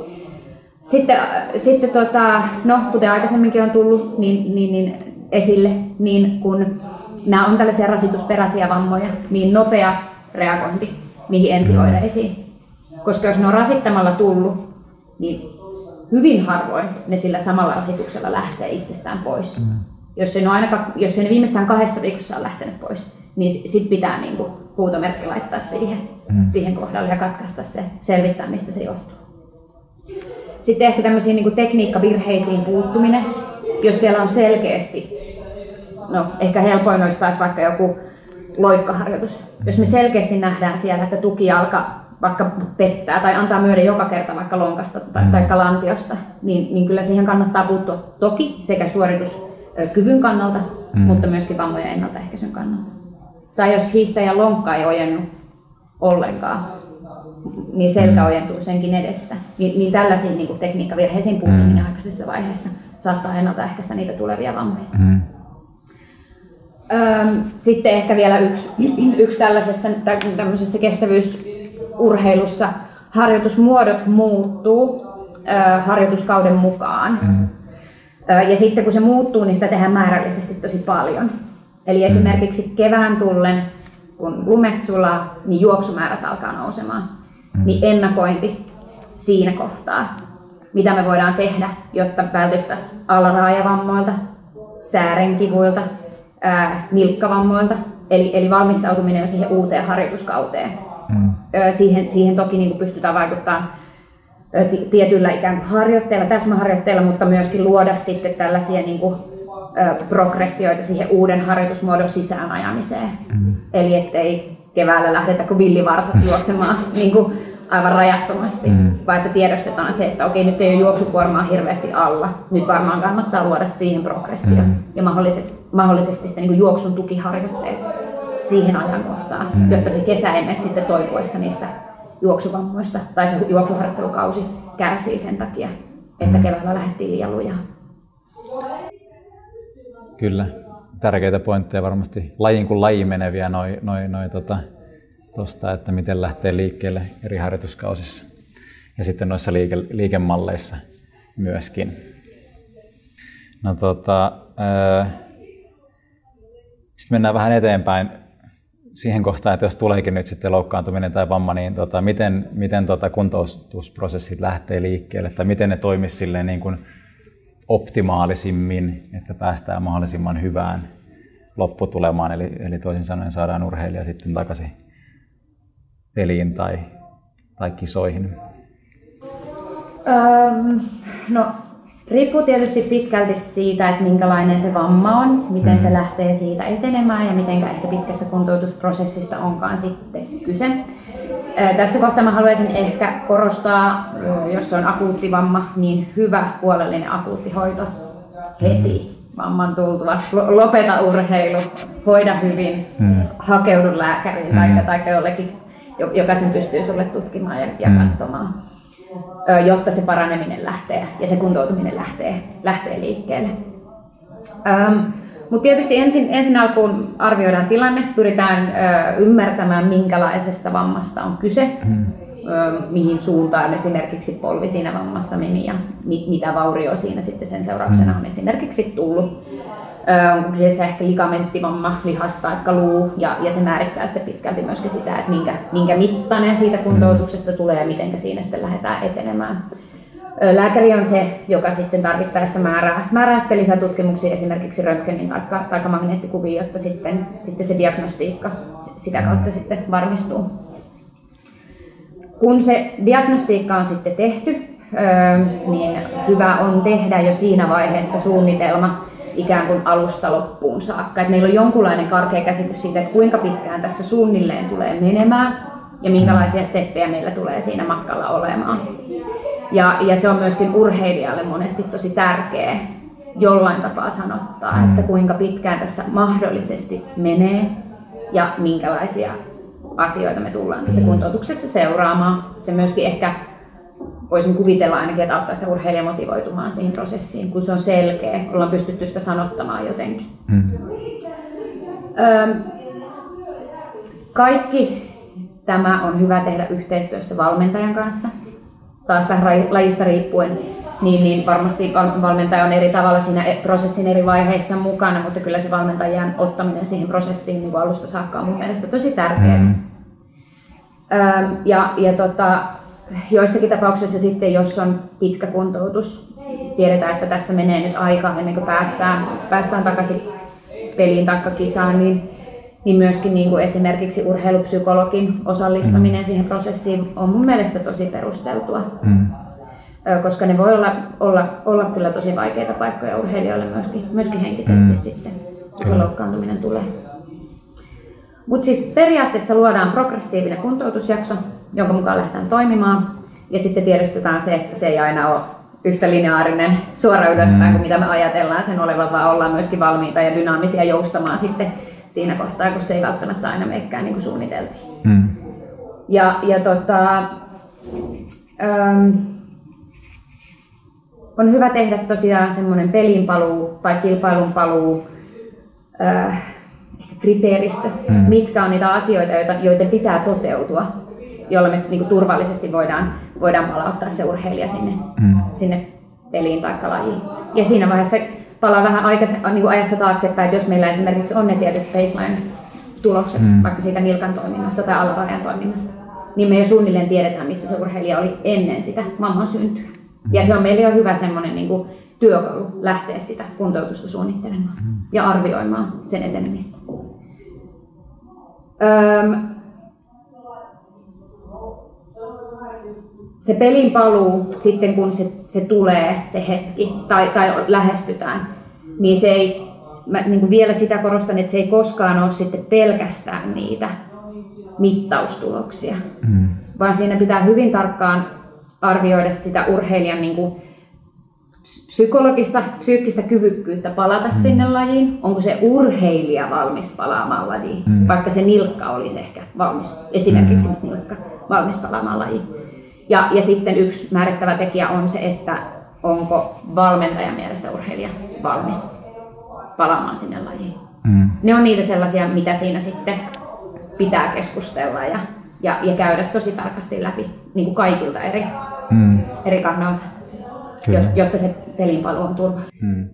Sitten kuten aikaisemminkin on tullut niin esille, niin kun nämä on tällaisia rasitusperäisiä vammoja, niin nopea reagointi niihin ensioireisiin. Koska jos ne on rasittamalla tullut, niin hyvin harvoin ne sillä samalla rasituksella lähtee itsestään pois. Jos ei ne viimeistään 2 viikossa on lähtenyt pois, niin sit pitää niin kuin huutomerkki laittaa siihen kohdalle ja katkaista se, selvittää mistä se johtuu. Sitten ehkä tämmöisiin niin kuin tekniikkavirheisiin puuttuminen, jos siellä on selkeästi, ehkä helpoin olisi taas vaikka joku loikkaharjoitus. Jos me selkeästi nähdään siellä, että tukijalka vaikka pettää tai antaa myöden joka kerta vaikka lonkasta tai lantiosta, niin kyllä siihen kannattaa puuttua toki sekä suorituskyvyn kannalta, mutta myöskin vammojen ennaltaehkäisyn kannalta. Tai jos hiihtäjän lonkka ei ojennu ollenkaan, niin selkä ojentuu senkin edestä. Niin tällaisiin niin kuin tekniikkavirheisiin puuttuminen aikaisessa vaiheessa saattaa ennaltaehkäistä niitä tulevia vammoja. Sitten ehkä vielä yksi tämmöisessä kestävyysurheilussa harjoitusmuodot muuttuu harjoituskauden mukaan. Ja sitten kun se muuttuu, niin sitä tehdään määrällisesti tosi paljon. Eli esimerkiksi kevään tullen, kun lumet sulaa, niin juoksumäärät alkaa nousemaan. Niin ennakointi siinä kohtaa, mitä me voidaan tehdä, jotta vältyttäisiin alaraajavammoilta, säärenkivuilta, nilkkavammoilta, eli valmistautuminen jo siihen uuteen harjoituskauteen. Siihen toki niin kuin pystytään vaikuttamaan tietyllä ikään kuin harjoitteilla, täsmäharjoitteilla, mutta myöskin luoda sitten tällaisia niin kuin progressioita siihen uuden harjoitusmuodon sisään ajamiseen. Eli ettei keväällä lähdetä kuin villivarsat juoksemaan niin kuin aivan rajattomasti, vaan että tiedostetaan se, että okei, nyt ei ole juoksukuormaa hirveästi alla. Nyt varmaan kannattaa luoda siihen progressio ja mahdollisesti sitten niin juoksun tukiharjoitteet siihen ajankohtaan, jotta se kesä ei mene sitten toipuessa niistä juoksuvammoista tai se juoksuharjoittelukausi kärsii sen takia, että keväällä lähdettiin liian lujaa. Kyllä, tärkeitä pointteja varmasti lajin kuin laji meneviä tuosta, että miten lähtee liikkeelle eri harjoituskausissa ja sitten noissa liikemalleissa myöskin. Sitten mennään vähän eteenpäin siihen kohtaan, että jos tuleekin nyt sitten loukkaantuminen tai vamma, niin miten kuntoutusprosessit lähtee liikkeelle tai miten ne toimisi silleen niin kuin optimaalisimmin, että päästään mahdollisimman hyvään lopputulemaan, eli toisin sanoen saadaan urheilija sitten takaisin peliin tai kisoihin. No, riippuu tietysti pitkälti siitä, että minkälainen se vamma on, miten se lähtee siitä etenemään ja miten ehkä pitkästä kuntoutusprosessista onkaan sitten kyse. Tässä kohtaa mä haluaisin ehkä korostaa, jos on akuutti vamma, niin hyvä huolellinen akuuttihoito heti vamman tultua. Lopeta urheilu, hoida hyvin, hakeudu lääkäriin tai jollekin, joka sen pystyy sulle tutkimaan ja katsomaan, jotta se paraneminen lähtee ja se kuntoutuminen lähtee liikkeelle. Mutta tietysti ensin alkuun arvioidaan tilanne, pyritään ymmärtämään minkälaisesta vammasta on kyse, mihin suuntaan esimerkiksi polvi siinä vammassa meni ja mitä vaurio siinä sitten sen seurauksena on esimerkiksi tullut. Onko kyseessä ehkä ligamenttivamma, lihas tai luu, ja se määrittää sitten pitkälti myöskin sitä, että minkä mittainen siitä kuntoutuksesta tulee ja miten siinä sitten lähdetään etenemään. Lääkäri on se, joka sitten tarvittaessa määrää sitten lisätutkimuksia, esimerkiksi röntgenin tai magneettikuvia, jotta sitten se diagnostiikka sitä kautta sitten varmistuu. Kun se diagnostiikka on sitten tehty, niin hyvä on tehdä jo siinä vaiheessa suunnitelma ikään kuin alusta loppuun saakka. Että meillä on jonkunlainen karkea käsitys siitä, että kuinka pitkään tässä suunnilleen tulee menemään ja minkälaisia steppejä meillä tulee siinä matkalla olemaan. Ja se on myöskin urheilijalle monesti tosi tärkeä jollain tapaa sanottaa, että kuinka pitkään tässä mahdollisesti menee ja minkälaisia asioita me tullaan tässä kuntoutuksessa seuraamaan. Se myöskin ehkä voisin kuvitella ainakin, että auttaa sitä urheilijaa motivoitumaan siihen prosessiin, kun se on selkeä, ollaan pystytty sitä sanottamaan jotenkin. Kaikki tämä on hyvä tehdä yhteistyössä valmentajan kanssa. Taas vähän lajista riippuen, niin varmasti valmentaja on eri tavalla siinä prosessin eri vaiheissa mukana, mutta kyllä se valmentajan ottaminen siihen prosessiin niin alusta saakka on mun mielestä tosi tärkeää. Joissakin tapauksissa sitten, jos on pitkä kuntoutus, tiedetään, että tässä menee nyt aika ennen kuin päästään takaisin peliin tai kisaan, niin myöskin niin kuin esimerkiksi urheilupsykologin osallistaminen siihen prosessiin on mun mielestä tosi perusteltua, koska ne voi olla kyllä tosi vaikeita paikkoja urheilijoille myöskin henkisesti sitten, kun loukkaantuminen tulee. Mutta siis periaatteessa luodaan progressiivinen kuntoutusjakso, jonka mukaan lähdetään toimimaan, ja sitten tiedostetaan se, että se ei aina ole yhtä lineaarinen suora ylöspäin kuin mitä me ajatellaan sen olevan, vaan ollaan myöskin valmiita ja dynaamisia joustamaan siinä kohtaa, kun se ei välttämättä aina menekään niin kuin suunniteltiin. On hyvä tehdä tosiaan semmoinen peliin paluu tai kilpailun paluu kriteeristö, mitkä on niitä asioita, joiden pitää toteutua, jolla me niin kuin turvallisesti voidaan palauttaa se urheilija sinne peliin tai lajiin. Ja siinä vaiheessa palaa vähän niin ajassa taaksepäin, että jos meillä esimerkiksi on ne tietyt baseline-tulokset, vaikka siitä nilkan toiminnasta tai alarajan toiminnasta, niin me jo suunnilleen tiedetään, missä se urheilija oli ennen sitä vamman syntyä. Ja se on meille jo hyvä semmoinen niin kuin työkalu lähteä sitä kuntoutusta suunnittelemaan ja arvioimaan sen etenemistä. Se pelin paluu sitten, kun se tulee se hetki tai lähestytään, niin se ei, mä niin kuin vielä sitä korostan, että se ei koskaan ole sitten pelkästään niitä mittaustuloksia, vaan siinä pitää hyvin tarkkaan arvioida sitä urheilijan niin kuin psyykkistä kyvykkyyttä palata sinne lajiin. Onko se urheilija valmis palaamaan lajiin, vaikka se nilkka olisi ehkä valmis, esimerkiksi nilkka valmis palaamaan lajiin. Ja sitten yksi määrittävä tekijä on se, että onko valmentajan mielestä urheilija valmis palaamaan sinne lajiin. Ne on niitä sellaisia, mitä siinä sitten pitää keskustella ja käydä tosi tarkasti läpi niin kuin kaikilta eri kannalta, jotta se pelinpaluu on turvallista.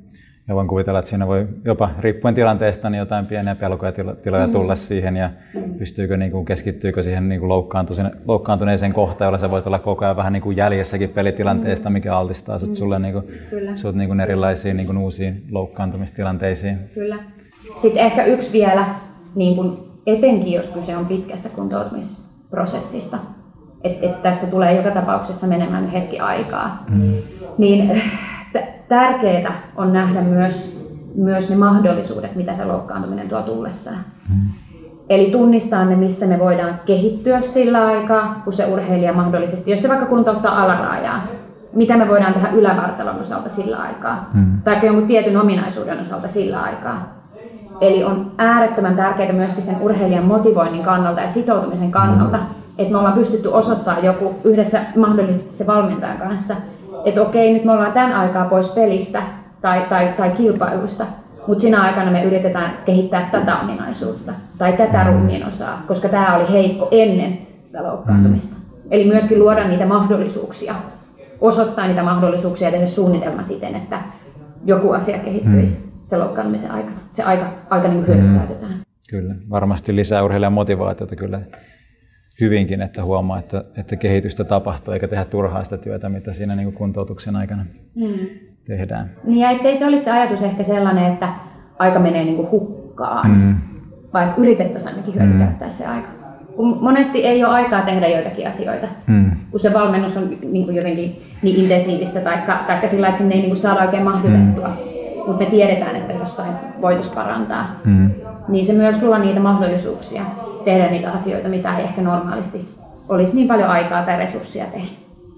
Ja voin kuvitella, että siinä voi jopa riippuen tilanteesta niin jotain pieniä pelkoja tiloja tulla siihen ja pystyykö keskittyykö siihen loukkaantuneeseen kohtaan, jolla sä voit olla koko ajan vähän jäljessäkin pelitilanteesta, mikä altistaa sut sulle erilaisiin uusiin loukkaantumistilanteisiin. Kyllä. Sitten ehkä yksi vielä, etenkin jos kyse on pitkästä kuntoutumisprosessista, että tässä tulee joka tapauksessa menemään hetki aikaa, niin tärkeää on nähdä myös ne mahdollisuudet, mitä se loukkaantuminen tuo tullessaan. Eli tunnistaa ne, missä me voidaan kehittyä sillä aikaa, kun se urheilija mahdollisesti, jos se vaikka kuntouttaa alaraajaa, mitä me voidaan tehdä ylävartalon osalta sillä aikaa, tai jonkun tietyn ominaisuuden osalta sillä aikaa. Eli on äärettömän tärkeää myöskin sen urheilijan motivoinnin kannalta ja sitoutumisen kannalta, että me ollaan pystytty osoittamaan joku yhdessä mahdollisesti se valmentajan kanssa, että okei, nyt me ollaan tämän aikaa pois pelistä tai kilpailusta, mutta siinä aikana me yritetään kehittää tätä ominaisuutta tai tätä ruumiin osaa, koska tämä oli heikko ennen sitä loukkaantumista. Eli myöskin luoda niitä mahdollisuuksia, osoittaa niitä mahdollisuuksia ja tehdä suunnitelma siten, että joku asia kehittyisi se loukkaantumisen aikana. Se aika hyödykäytetään. Kyllä, varmasti lisää urheilijan motivaatiota kyllä hyvinkin, että huomaa, että kehitystä tapahtuu eikä tehdä turhaa sitä työtä, mitä siinä kuntoutuksen aikana tehdään. Niin ja ettei se olisi se ajatus ehkä sellainen, että aika menee hukkaan, vaikka yritettäisiin ainakin hyödykäyttää se aika. Kun monesti ei ole aikaa tehdä joitakin asioita, kun se valmennus on jotenkin niin intensiivistä tai sillä, että sinne ei saada oikein mahdutettua, mutta me tiedetään, että jossain voitaisiin parantaa. Niin se myös luo niitä mahdollisuuksia tehdä niitä asioita, mitä ei ehkä normaalisti olisi niin paljon aikaa tai resursseja tehdä.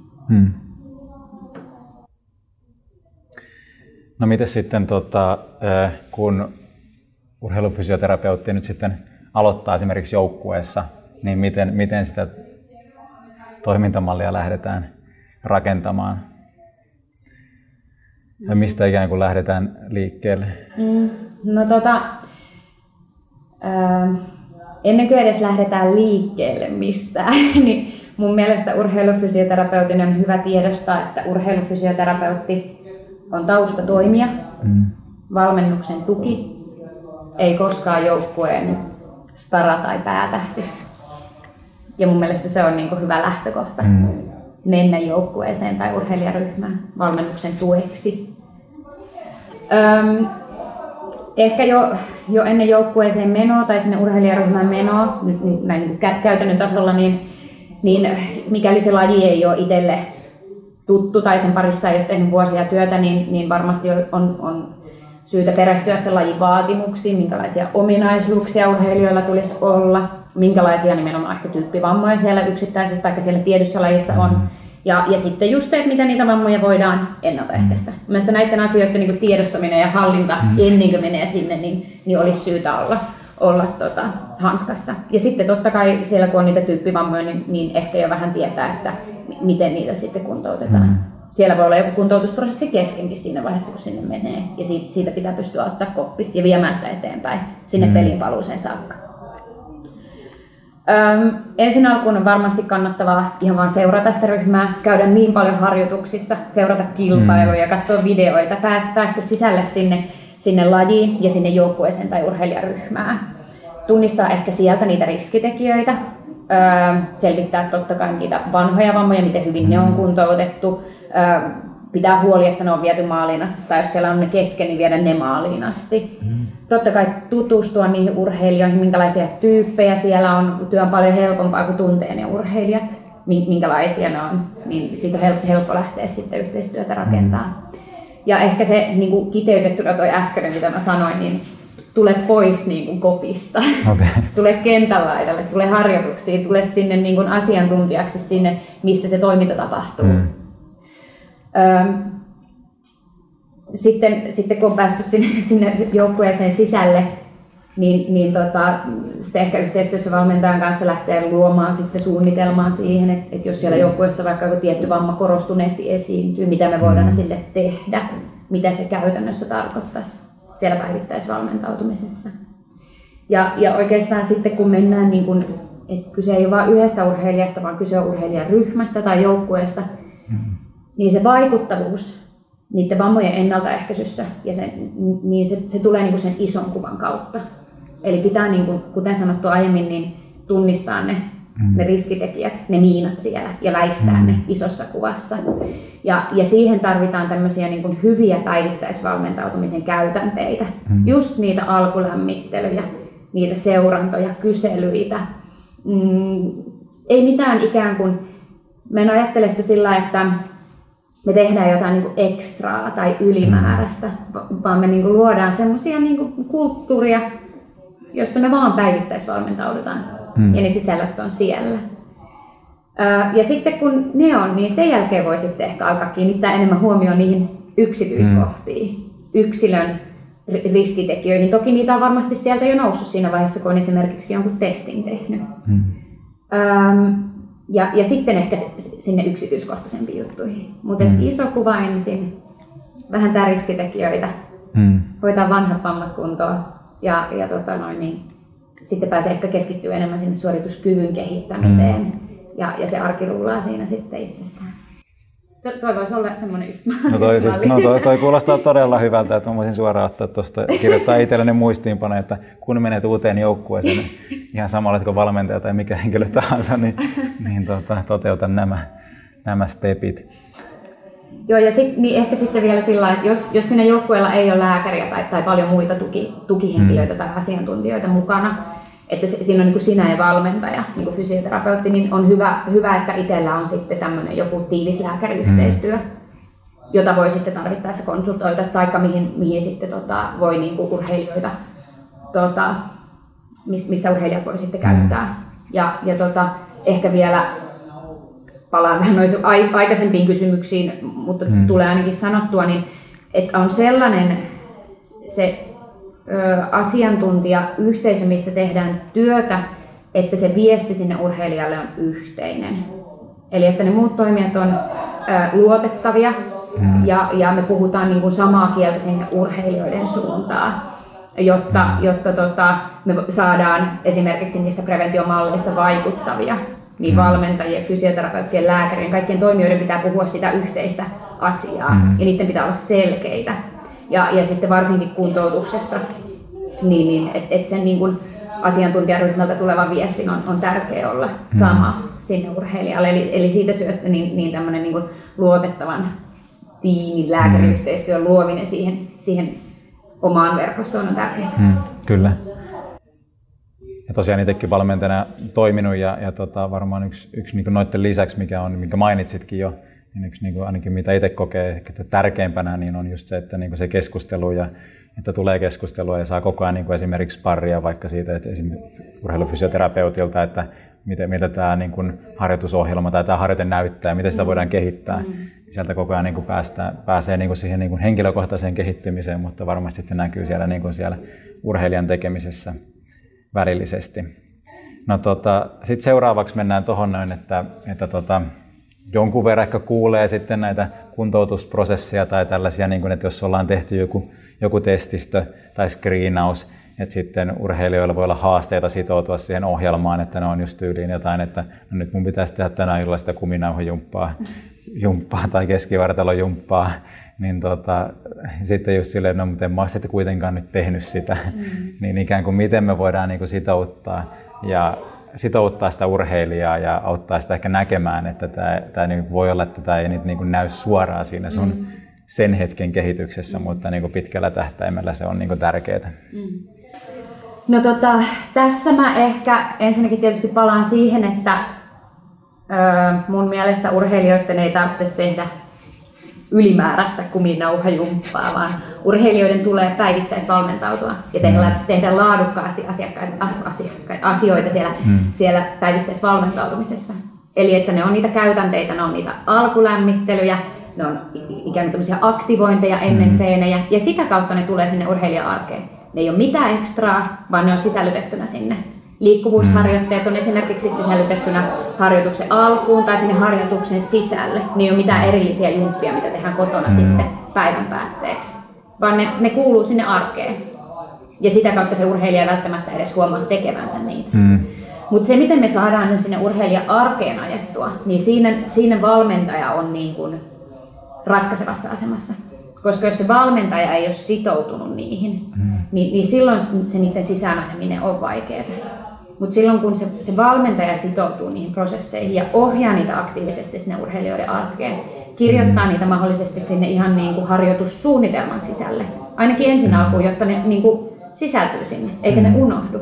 No miten sitten, kun urheilufysioterapeutti nyt sitten aloittaa esimerkiksi joukkueessa, niin miten sitä toimintamallia lähdetään rakentamaan? Ja mistä ikään kuin lähdetään liikkeelle? Ennen kuin edes lähdetään liikkeelle mistään, niin mun mielestä urheilufysioterapeutin on hyvä tiedostaa, että urheilufysioterapeutti on taustatoimija, valmennuksen tuki, ei koskaan joukkueen stara tai päätähti. Ja mun mielestä se on hyvä lähtökohta mennä joukkueeseen tai urheilijaryhmään valmennuksen tueksi. Ehkä jo ennen joukkueeseen menoa tai sinne urheilijaryhmään menoa, nyt näin käytännön tasolla, niin mikäli se laji ei ole itselle tuttu tai sen parissa ei ole tehnyt vuosia työtä, niin varmasti on syytä perehtyä sen lajin vaatimuksiin, minkälaisia ominaisuuksia urheilijoilla tulisi olla, minkälaisia nimenomaan ehkä tyyppivammoja siellä yksittäisessä tai siellä tietyssä lajissa on. Ja sitten just se, että miten niitä vammoja voidaan ennaltaehkäistä. Mielestäni näiden asioiden tiedostaminen ja hallinta ennen kuin menee sinne, niin olisi syytä olla hanskassa. Ja sitten totta kai siellä kun on niitä tyyppivammoja, niin ehkä jo vähän tietää, että miten niitä sitten kuntoutetaan. Siellä voi olla joku kuntoutusprosessi keskenkin siinä vaiheessa, kun sinne menee. Ja siitä pitää pystyä ottaa koppi ja viemään sitä eteenpäin sinne pelin paluuseen saakka. Ensin alkuun on varmasti kannattavaa ihan vaan seurata sitä ryhmää, käydä niin paljon harjoituksissa, seurata kilpailuja, katsoa videoita, päästä sisälle sinne lajiin ja sinne joukkueeseen tai urheilijaryhmään. Tunnistaa ehkä sieltä niitä riskitekijöitä, selvittää totta kai niitä vanhoja vammoja, miten hyvin ne on kuntoutettu, pitää huoli, että ne on viety maaliin asti, tai jos siellä on ne kesken, niin viedä ne maaliin asti. Totta kai tutustua niihin urheilijoihin, minkälaisia tyyppejä siellä on. Työ on paljon helpompaa, kun tuntee ne urheilijat, minkälaisia ne on. Niin siitä on helppo lähteä sitten yhteistyötä rakentamaan. Ja ehkä se kiteytettynä toi äskeinen, mitä mä sanoin, niin tule pois kopista. Okay. Tule kentän laidalle, tule harjoituksiin, tule sinne asiantuntijaksi sinne, missä se toiminta tapahtuu. Sitten kun on päässyt sinne joukkueeseen sisälle, niin sitten ehkä yhteistyössä valmentajan kanssa lähtee luomaan sitten suunnitelmaa siihen, että jos siellä joukkueessa vaikka joku tietty vamma korostuneesti esiintyy, mitä me voidaan sille tehdä, mitä se käytännössä tarkoittaisi siellä päivittäisvalmentautumisessa. Ja oikeastaan sitten kun mennään, että kyse ei ole vain yhdestä urheilijasta, vaan kyse on urheilijaryhmästä tai joukkueesta, niin se vaikuttavuus niiden vammojen ennaltaehkäisyssä ja niin se tulee niin kuin sen ison kuvan kautta. Eli pitää, niin kuin, kuten sanottu aiemmin, niin tunnistaa ne riskitekijät, ne miinat siellä ja väistää ne isossa kuvassa. Ja siihen tarvitaan tämmöisiä niin kuin hyviä päivittäisvalmentautumisen käytänteitä. Just niitä alkulämmittelyjä, niitä seurantoja, kyselyitä. Ei mitään ikään kuin, mä en ajattele sitä sillä, että me tehdään jotain niin kuin ekstraa tai ylimääräistä, vaan me niin kuin luodaan semmoisia niin kuin kulttuuria, jossa me vaan päivittäisvalmentaudutaan ja ne sisällöt on siellä. Ja sitten kun ne on, niin sen jälkeen voi sitten ehkä alkaa kiinnittää enemmän huomioon niihin yksityiskohtiin, yksilön riskitekijöihin. Toki niitä on varmasti sieltä jo noussut siinä vaiheessa, kun on esimerkiksi jonkun testin tehnyt. Ja sitten ehkä sinne yksityiskohtaisempiin juttuihin. Mutta iso kuva ensin, vähän tää riskitekijöitä, hoitaa vanhat vammat kuntoon ja niin sitten pääsee ehkä keskittyä enemmän sinne suorituskyvyn kehittämiseen ja se arki rullaa siinä sitten itsestään. Toi voisi olla semmoinen toi kuulostaa todella hyvältä, että mä voisin suoraan ottaa tuosta, kirjoittaa itselleni muistiinpano, että kun menet uuteen joukkueeseen, niin ihan samalla kuin valmentaja tai mikä henkilö tahansa, niin toteutan nämä stepit. Joo, ja niin ehkä sitten vielä sillä, että jos siinä joukkueella ei ole lääkäriä tai paljon muita tukihenkilöitä tai asiantuntijoita mukana, että siinä on niin kuin sinä ja valmentaja, niin kuin fysioterapeutti, niin on hyvä, että itsellä on sitten tämmöinen joku tiivis lääkäriyhteistyö, jota voi sitten tarvittaessa konsultoida, tai mihin sitten voi niin kuin urheilijoita, missä urheilijat voi sitten käyttää. Ja ehkä vielä palaan vähän noihin aikaisempiin kysymyksiin, mutta tulee ainakin sanottua, niin että on sellainen se asiantuntijayhteisö, missä tehdään työtä, että se viesti sinne urheilijalle on yhteinen. Eli että ne muut toimijat on luotettavia ja me puhutaan niin kuin samaa kieltä sinne urheilijoiden suuntaan, jotta me saadaan esimerkiksi niistä preventiomalleista vaikuttavia. Niin valmentajien, fysioterapeuttien, lääkärien, kaikkien toimijoiden pitää puhua sitä yhteistä asiaa ja niiden pitää olla selkeitä. Ja sitten varsinkin kuntoutuksessa, niin että sen niin kuin asiantuntijaryhmältä tulevan viestin on tärkeää olla sama sinne urheilijalle. Eli siitä syystä niin tämmöinen niin kuin luotettavan tiimin lääkäriyhteistyön luominen siihen omaan verkostoon on tärkeää. Kyllä. Ja tosiaan itsekin valmentajana toiminut ja varmaan yksi niin noiden lisäksi, minkä mainitsitkin jo, niin yksi niin ainakin mitä itse kokee että tärkeimpänä niin on just se, että niin se keskustelu ja että tulee keskustelua ja saa koko ajan niin esimerkiksi sparria vaikka siitä, että esimerkiksi urheilufysioterapeutilta, että miltä tämä niin harjoitusohjelma tai tämä harjoite näyttää ja miten sitä voidaan kehittää. Sieltä koko ajan niin pääsee niin siihen niin henkilökohtaiseen kehittymiseen, mutta varmasti se näkyy siellä urheilijan tekemisessä välillisesti. No sitten seuraavaksi mennään tuohon noin, että jonkun verran ehkä kuulee sitten näitä kuntoutusprosesseja tai tällaisia, niin kuin, että jos ollaan tehty joku testistö tai screenaus, että sitten urheilijoilla voi olla haasteita sitoutua siihen ohjelmaan, että ne on just tyyliin jotain, että no nyt mun pitäisi tehdä tänä illalla sitä kuminauhajumppaa tai keskivartalojumppaa, niin sitten just silleen, no mutta en mä sitten kuitenkaan nyt tehnyt sitä, niin ikään kuin miten me voidaan niin kuin sitouttaa sitä urheilijaa ja auttaa sitä ehkä näkemään, että tämä niin voi olla, että tämä ei nyt niin kuin näy suoraan siinä sen hetken kehityksessä, mutta niin kuin pitkällä tähtäimellä se on niin kuin tärkeää. No tässä mä ehkä ensinnäkin tietysti palaan siihen, että mun mielestä urheilijoiden ei tarvitse tehdä ylimääräistä kuminauhajumppaa, vaan urheilijoiden tulee päivittäisvalmentautua ja tehdä laadukkaasti asioita siellä päivittäisvalmentautumisessa. Eli että ne on niitä käytänteitä, ne on niitä alkulämmittelyjä, ne on ikään kuin tämmöisiä aktivointeja ennen treenejä ja sitä kautta ne tulee sinne urheilija-arkeen. Ne ei ole mitään ekstraa, vaan ne on sisällytettynä sinne. Liikkuvuusharjoitteet on esimerkiksi sisällytettynä harjoituksen alkuun tai sinne harjoituksen sisälle. Ne ei ole mitään erillisiä jumppia, mitä tehdään kotona sitten päivän päätteeksi, vaan ne kuuluu sinne arkeen. Ja sitä kautta se urheilija ei välttämättä edes huomaa tekevänsä niitä. Mutta se, miten me saadaan ne sinne urheilija-arkeen ajettua, niin siinä valmentaja on niin kuin ratkaisevassa asemassa. Koska jos se valmentaja ei ole sitoutunut niihin, niin silloin se niiden sisääneneminen on vaikeaa. Mutta silloin kun se valmentaja sitoutuu niihin prosesseihin ja ohjaa niitä aktiivisesti sinne urheilijoiden arkeen, kirjoittaa niitä mahdollisesti sinne ihan niin kuin harjoitussuunnitelman sisälle, ainakin ensin alkuun, jotta ne niin kuin sisältyy sinne, eikä ne unohdu,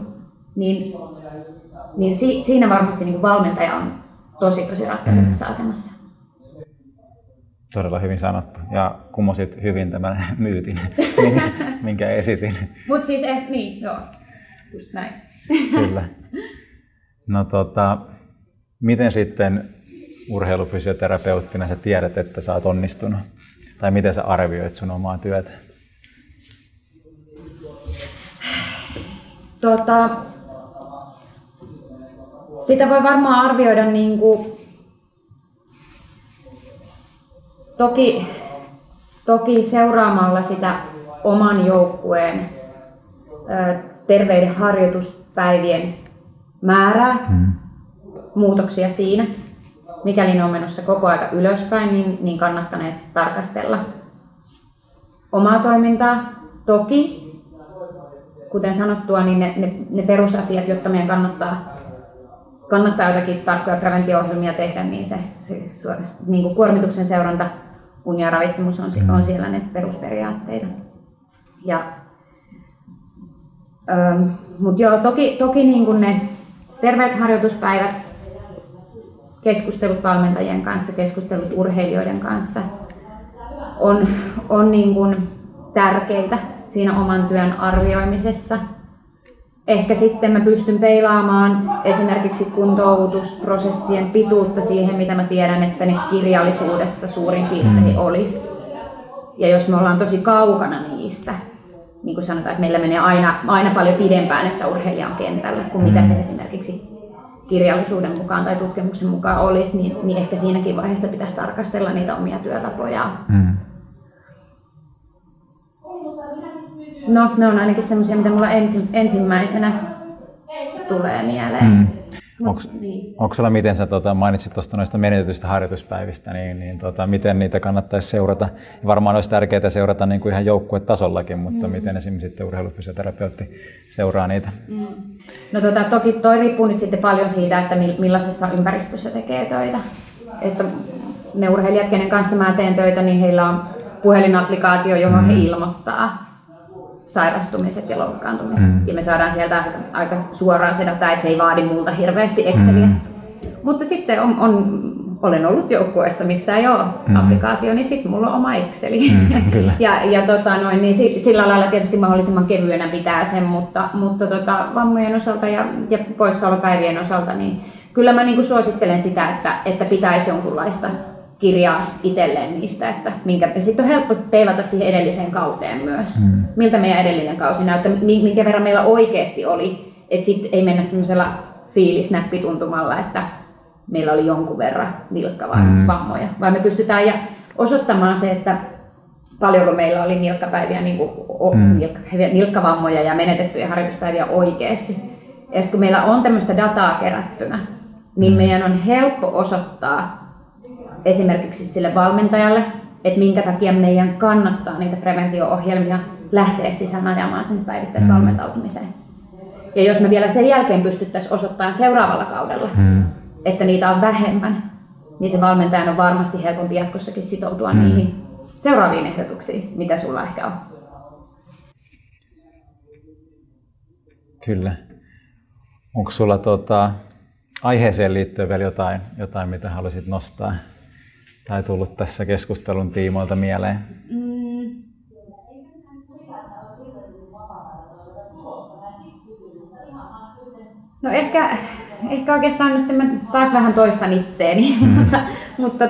niin siinä varmasti niin kuin valmentaja on tosi ratkaisevassa asemassa. Todella hyvin sanottu ja kumosit hyvin tämän myytin, minkä esitin. Mutta siis niin, joo, just näin. Kyllä. No miten sitten urheilufysioterapeuttina sä tiedät, että sä oot onnistunut? Tai miten sä arvioit sun omaa työtä? Sitä voi varmaan arvioida niin kuin, toki seuraamalla sitä oman joukkueen terveiden harjoituspäivien määrää, muutoksia siinä. Mikäli ne on menossa koko aika ylöspäin, niin kannattaa tarkastella omaa toimintaa. Toki, kuten sanottua, niin ne perusasiat, jotta meidän kannattaa jotakin tarkkoja preventio-ohjelmia tehdä, niin se niin kuin kuormituksen seuranta, uni ja ravitsemus on siellä ne perusperiaatteita. Mutta joo, toki niin kuin ne terveet harjoituspäivät, keskustelut valmentajien kanssa, keskustelut urheilijoiden kanssa on niin kuin tärkeitä siinä oman työn arvioimisessa. Ehkä sitten mä pystyn peilaamaan esimerkiksi kuntoutusprosessien pituutta siihen, mitä mä tiedän, että ne kirjallisuudessa suurin piirtein olisi. Ja jos me ollaan tosi kaukana niistä, niin kuin sanotaan, että meillä menee aina paljon pidempään, että urheilija on kentällä, kuin mitä se esimerkiksi kirjallisuuden mukaan tai tutkimuksen mukaan olisi, niin ehkä siinäkin vaiheessa pitäisi tarkastella niitä omia työtapoja. No, ne on ainakin semmoisia, mitä mulla ensimmäisenä tulee mieleen. Onko sulla, miten sä mainitsit tuosta noista menetetyistä harjoituspäivistä, niin miten niitä kannattaisi seurata? Varmaan olisi tärkeää seurata niin kuin ihan joukkuetasollakin, mutta miten esimerkiksi sitten urheilufysioterapeutti seuraa niitä? No toki toi riippuu nyt sitten paljon siitä, että millaisessa ympäristössä tekee töitä. Että ne urheilijat, kenen kanssa mä teen töitä, niin heillä on puhelinapplikaatio, johon he ilmoittaa sairastumiset ja loukkaantumiset. Ja me saadaan sieltä aika suoraan se data, että se ei vaadi multa hirveästi Exceliä. Mutta sitten olen ollut joukkueessa, missä ei ole applikaatio, niin sitten mulla on oma Exceli. Niin sillä lailla tietysti mahdollisimman kevyenä pitää sen, mutta vammojen osalta ja poissaolopäivien osalta, niin kyllä mä niinku suosittelen sitä, että pitäisi jonkunlaista kirjaa itselleen niistä, että sitten on helppo peilata siihen edelliseen kauteen myös. Miltä meidän edellinen kausi näyttää, minkä verran meillä oikeasti oli, että sitten ei mennä semmoisella fiilisnäppituntumalla, että meillä oli jonkun verran nilkkavammoja, vaan me pystytään osoittamaan se, että paljonko meillä oli nilkkapäiviä, nilkkavammoja ja menetettyjä harjoituspäiviä oikeasti. Ja kun meillä on tämmöistä dataa kerättynä, niin meidän on helppo osoittaa esimerkiksi sille valmentajalle, että minkä takia meidän kannattaa niitä preventio-ohjelmia lähteä sisään ajamaan sinne päivittäisvalmentautumiseen. Ja jos me vielä sen jälkeen pystyttäisiin osoittamaan seuraavalla kaudella, että niitä on vähemmän, niin se valmentajan on varmasti helpompi jatkossakin sitoutua niihin seuraaviin ehdotuksiin, mitä sulla ehkä on. Kyllä. Onko sulla aiheeseen liittyen vielä jotain, mitä haluaisit nostaa tai tullut tässä keskustelun tiimoilta mieleen? No ehkä oikeastaan nyt mä taas vähän toistan itteeni, mutta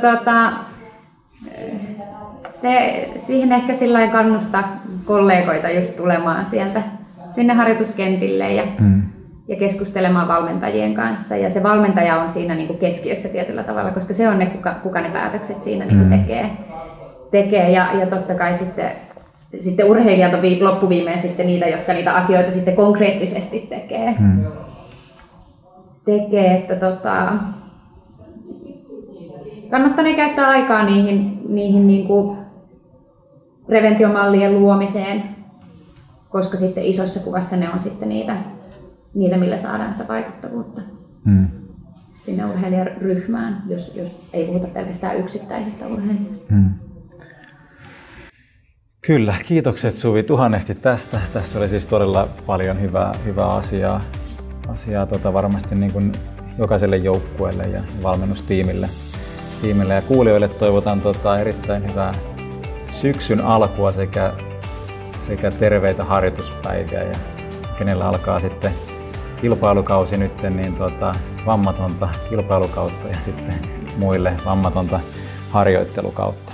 siihen ehkä sillain kannustaa kollegoita just tulemaan sieltä sinne harjoituskentille ja keskustelemaan valmentajien kanssa. Ja se valmentaja on siinä niin kuin keskiössä tietyllä tavalla, koska se on ne, kuka ne päätökset siinä niin kuin tekee. Ja totta kai sitten urheilijat on loppuviimeen sitten niitä, jotka niitä asioita sitten konkreettisesti tekee. Että kannattaa ne käyttää aikaa niihin niin kuin preventiomallien luomiseen, koska sitten isossa kuvassa ne on sitten niitä millä saadaan sitä vaikuttavuutta sinne urheilijaryhmään, jos ei puhuta pelkästään yksittäisistä urheilijoista. Kyllä, kiitokset Suvi tuhannesti tästä. Tässä oli siis todella paljon hyvää asiaa varmasti niin kuin jokaiselle joukkueelle ja valmennustiimille ja kuulijoille toivotan erittäin hyvää syksyn alkua sekä terveitä harjoituspäiviä ja kenellä alkaa sitten kilpailukausi nyt, niin vammatonta kilpailukautta ja sitten muille vammatonta harjoittelukautta.